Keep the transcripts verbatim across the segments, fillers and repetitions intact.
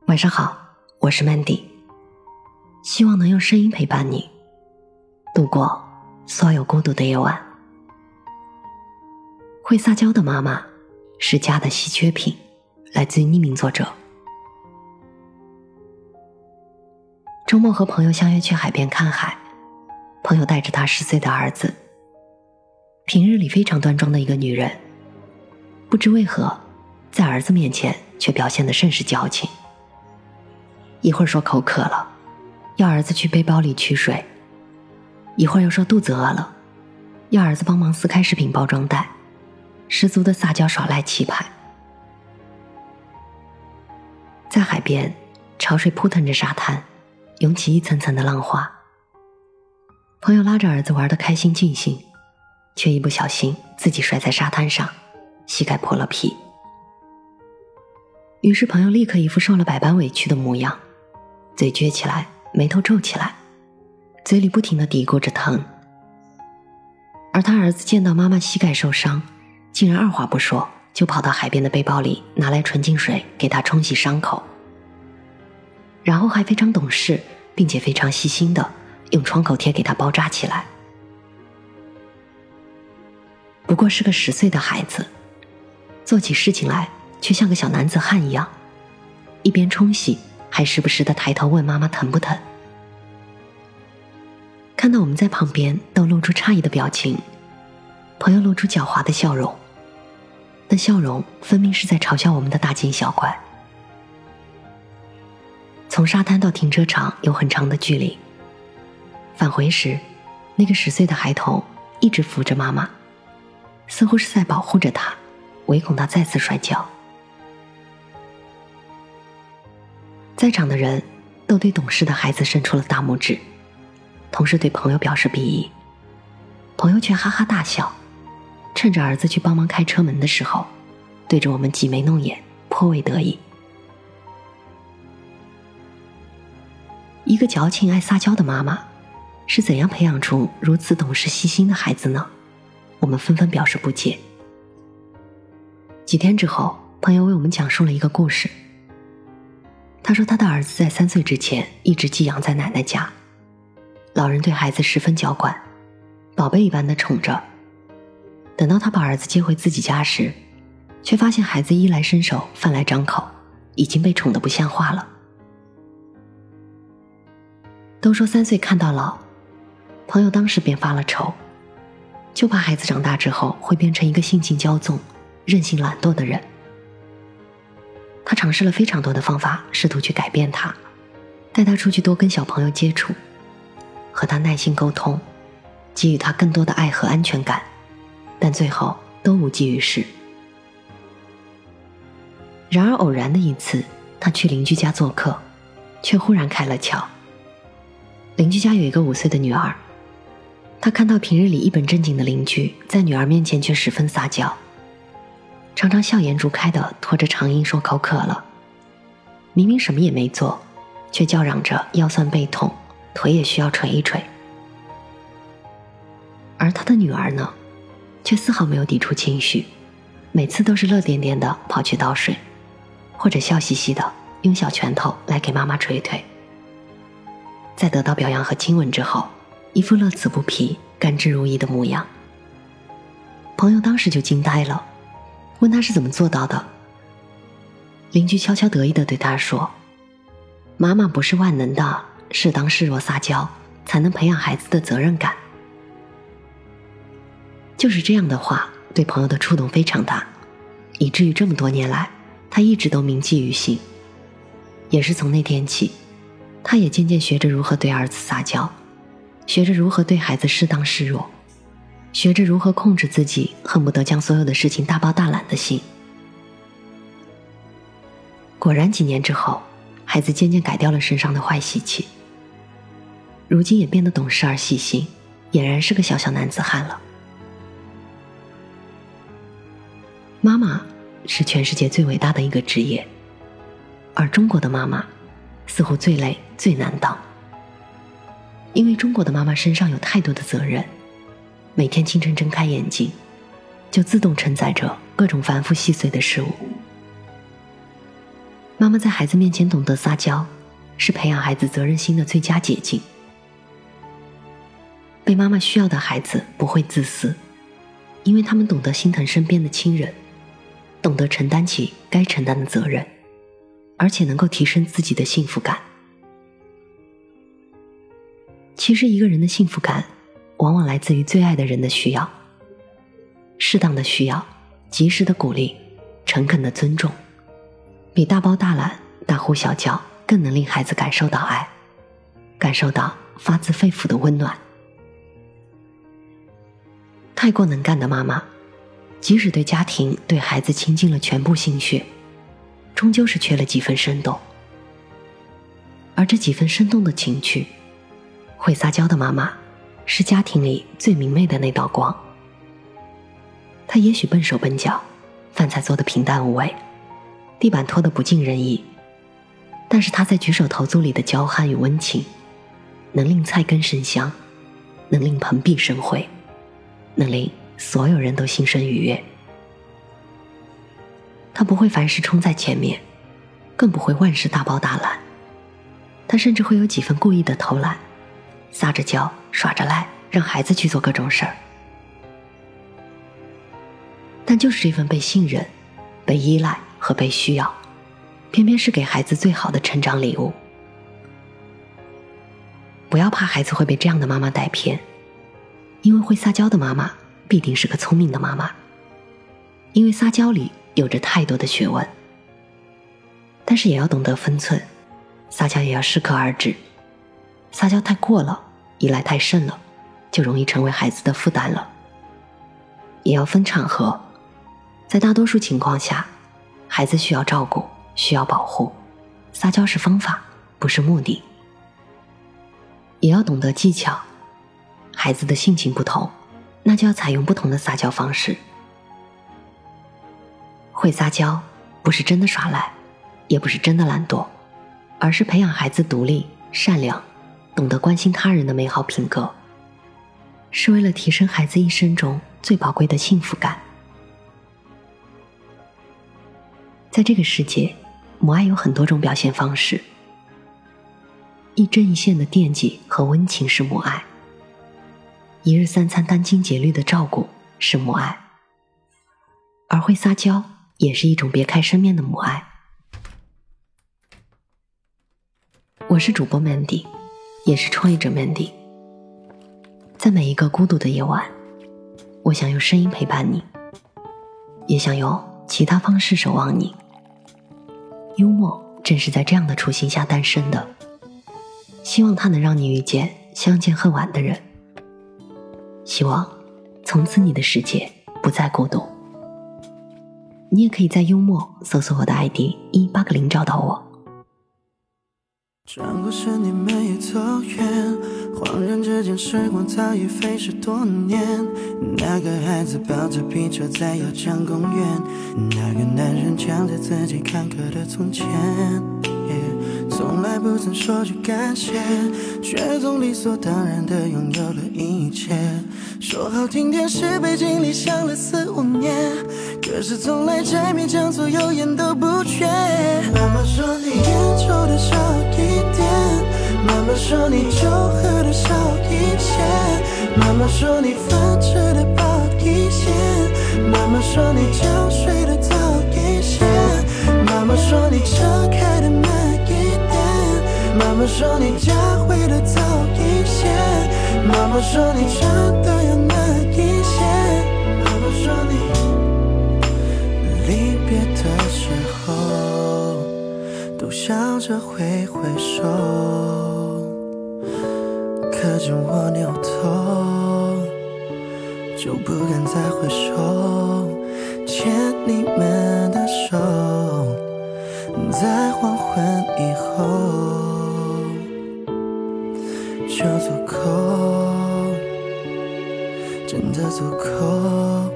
晚上好，我是 Mandy， 希望能用声音陪伴你度过所有孤独的夜晚。会撒娇的妈妈是家的稀缺品，来自于匿名作者。周末和朋友相约去海边看海，朋友带着他十岁的儿子，平日里非常端庄的一个女人，不知为何在儿子面前却表现得甚是矫情。一会儿说口渴了，要儿子去背包里取水，一会儿又说肚子饿了，要儿子帮忙撕开食品包装袋，十足的撒娇耍赖气派。在海边，潮水扑腾着沙滩，涌起一层层的浪花。朋友拉着儿子玩得开心尽兴，却一不小心自己摔在沙滩上，膝盖破了皮。于是朋友立刻一副受了百般委屈的模样，嘴撅起来，眉头皱起来，嘴里不停地嘀咕着疼。而他儿子见到妈妈膝盖受伤，竟然二话不说就跑到海边的背包里拿来纯净水给他冲洗伤口，然后还非常懂事并且非常细心地用创口贴给他包扎起来。不过是个十岁的孩子，做起事情来却像个小男子汉一样，一边冲洗还时不时地抬头问妈妈疼不疼。看到我们在旁边都露出诧异的表情，朋友露出狡猾的笑容，那笑容分明是在嘲笑我们的大惊小怪。从沙滩到停车场有很长的距离，返回时那个十岁的孩童一直扶着妈妈，似乎是在保护着她，唯恐她再次摔跤。在场的人都对懂事的孩子伸出了大拇指，同时对朋友表示鄙夷。朋友却哈哈大笑，趁着儿子去帮忙开车门的时候，对着我们挤眉弄眼，颇为得意。一个矫情爱撒娇的妈妈是怎样培养出如此懂事细心的孩子呢？我们纷纷表示不解。几天之后，朋友为我们讲述了一个故事。他说他的儿子在三岁之前一直寄养在奶奶家，老人对孩子十分娇惯，宝贝一般的宠着。等到他把儿子接回自己家时，却发现孩子衣来伸手饭来张口，已经被宠得不像话了。都说三岁看到老，朋友当时便发了愁，就怕孩子长大之后会变成一个性情骄纵、任性懒惰的人。他尝试了非常多的方法，试图去改变他，带他出去多跟小朋友接触，和他耐心沟通，给予他更多的爱和安全感，但最后都无济于事。然而偶然的一次，他去邻居家做客，却忽然开了窍。邻居家有一个五岁的女儿，他看到平日里一本正经的邻居在女儿面前却十分撒娇，常常笑颜逐开地拖着长音说口渴了，明明什么也没做，却叫嚷着腰酸背痛，腿也需要捶一捶。而他的女儿呢，却丝毫没有抵触情绪，每次都是乐颠颠地跑去倒水，或者笑嘻嘻地用小拳头来给妈妈捶腿。在得到表扬和亲吻之后，一副乐此不疲、甘之如饴的模样。朋友当时就惊呆了，问他是怎么做到的。邻居悄悄得意地对他说，妈妈不是万能的，适当示弱撒娇才能培养孩子的责任感。就是这样的话对朋友的触动非常大，以至于这么多年来他一直都铭记于心。也是从那天起，他也渐渐学着如何对儿子撒娇，学着如何对孩子适当示弱，学着如何控制自己恨不得将所有的事情大包大揽的心。果然几年之后，孩子渐渐改掉了身上的坏习气，如今也变得懂事而细心，俨然是个小小男子汉了。妈妈是全世界最伟大的一个职业，而中国的妈妈似乎最累最难当。因为中国的妈妈身上有太多的责任，每天清晨睁开眼睛，就自动承载着各种繁复细碎的事物。 妈妈在孩子面前懂得撒娇，是培养孩子责任心的最佳捷径。被妈妈需要的孩子不会自私，因为他们懂得心疼身边的亲人，懂得承担起该承担的责任，而且能够提升自己的幸福感。其实一个人的幸福感往往来自于最爱的人的需要，适当的需要，及时的鼓励，诚恳的尊重，比大包大揽、大呼小叫更能令孩子感受到爱，感受到发自肺腑的温暖。太过能干的妈妈，即使对家庭、对孩子倾尽了全部心血，终究是缺了几分生动。而这几分生动的情趣，会撒娇的妈妈是家庭里最明媚的那道光。她也许笨手笨脚，饭菜做得平淡无味，地板拖得不尽人意，但是她在举手投足里的娇憨与温情，能令菜根生香，能令盆壁生辉，能令所有人都心生愉悦。她不会凡事冲在前面，更不会万事大包大揽，她甚至会有几分故意的偷懒，撒着娇，耍着赖，让孩子去做各种事儿。但就是这份被信任、被依赖和被需要，偏偏是给孩子最好的成长礼物。不要怕孩子会被这样的妈妈带偏，因为会撒娇的妈妈必定是个聪明的妈妈，因为撒娇里有着太多的学问。但是也要懂得分寸，撒娇也要适可而止，撒娇太过了，依赖太甚了，就容易成为孩子的负担了。也要分场合，在大多数情况下，孩子需要照顾，需要保护，撒娇是方法，不是目的。也要懂得技巧，孩子的性情不同，那就要采用不同的撒娇方式。会撒娇不是真的耍赖，也不是真的懒惰，而是培养孩子独立、善良，懂得关心他人的美好品格，是为了提升孩子一生中最宝贵的幸福感。在这个世界，母爱有很多种表现方式，一针一线的惦记和温情是母爱，一日三餐殚精竭虑的照顾是母爱，而会撒娇也是一种别开生面的母爱。我是主播 Mandy， 也是创业者 Mandy。 在每一个孤独的夜晚，我想用声音陪伴你，也想用其他方式守望你。幽默正是在这样的初心下诞生的，希望它能让你遇见相见恨晚的人，希望从此你的世界不再孤独。你也可以在幽默搜索我的 I D 一八个零找到我。 转过身，你们也走远，恍然之间，时光早已飞逝多年。那个孩子抱着皮球在摇江公园，那个男人讲着自己坎坷的从前， yeah, 从来不曾说句感谢，却总理所当然的拥有了一切。说好听点是被经历想了四五年，可是从来柴米酱醋油盐都不缺。妈妈说你烟抽的少一点，妈妈说你酒喝的少一些，妈妈说你饭吃的饱一些，妈妈说你觉睡的早一些，妈妈说你车开的慢一点，妈妈说你家回的早一些，妈妈说你穿的要难一些，妈妈说你离别的时候都笑着挥挥手，可是我扭头就不敢再回首，牵你们的手，在黄昏以后就足够，真的足够。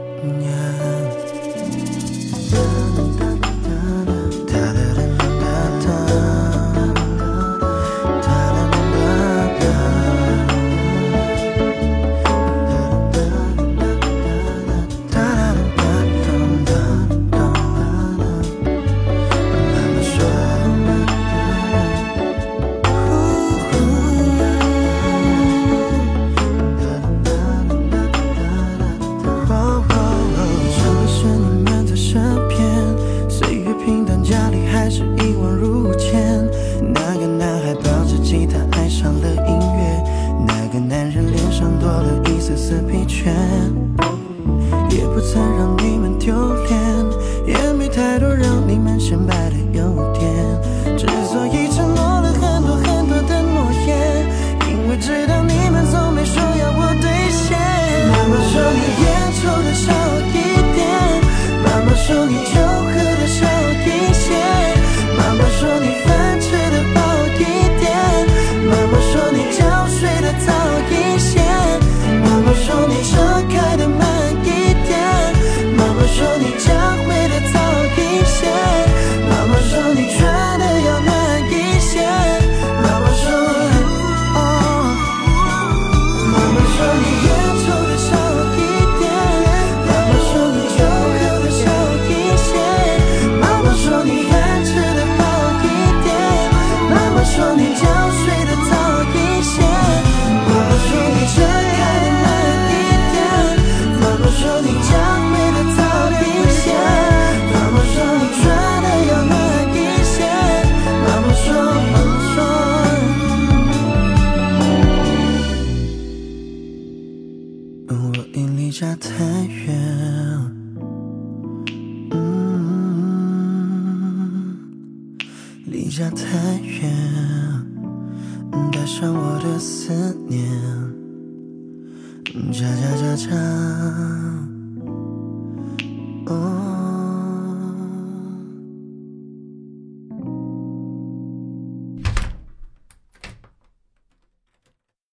妈妈说家太远，带上我的思念，喳喳喳喳。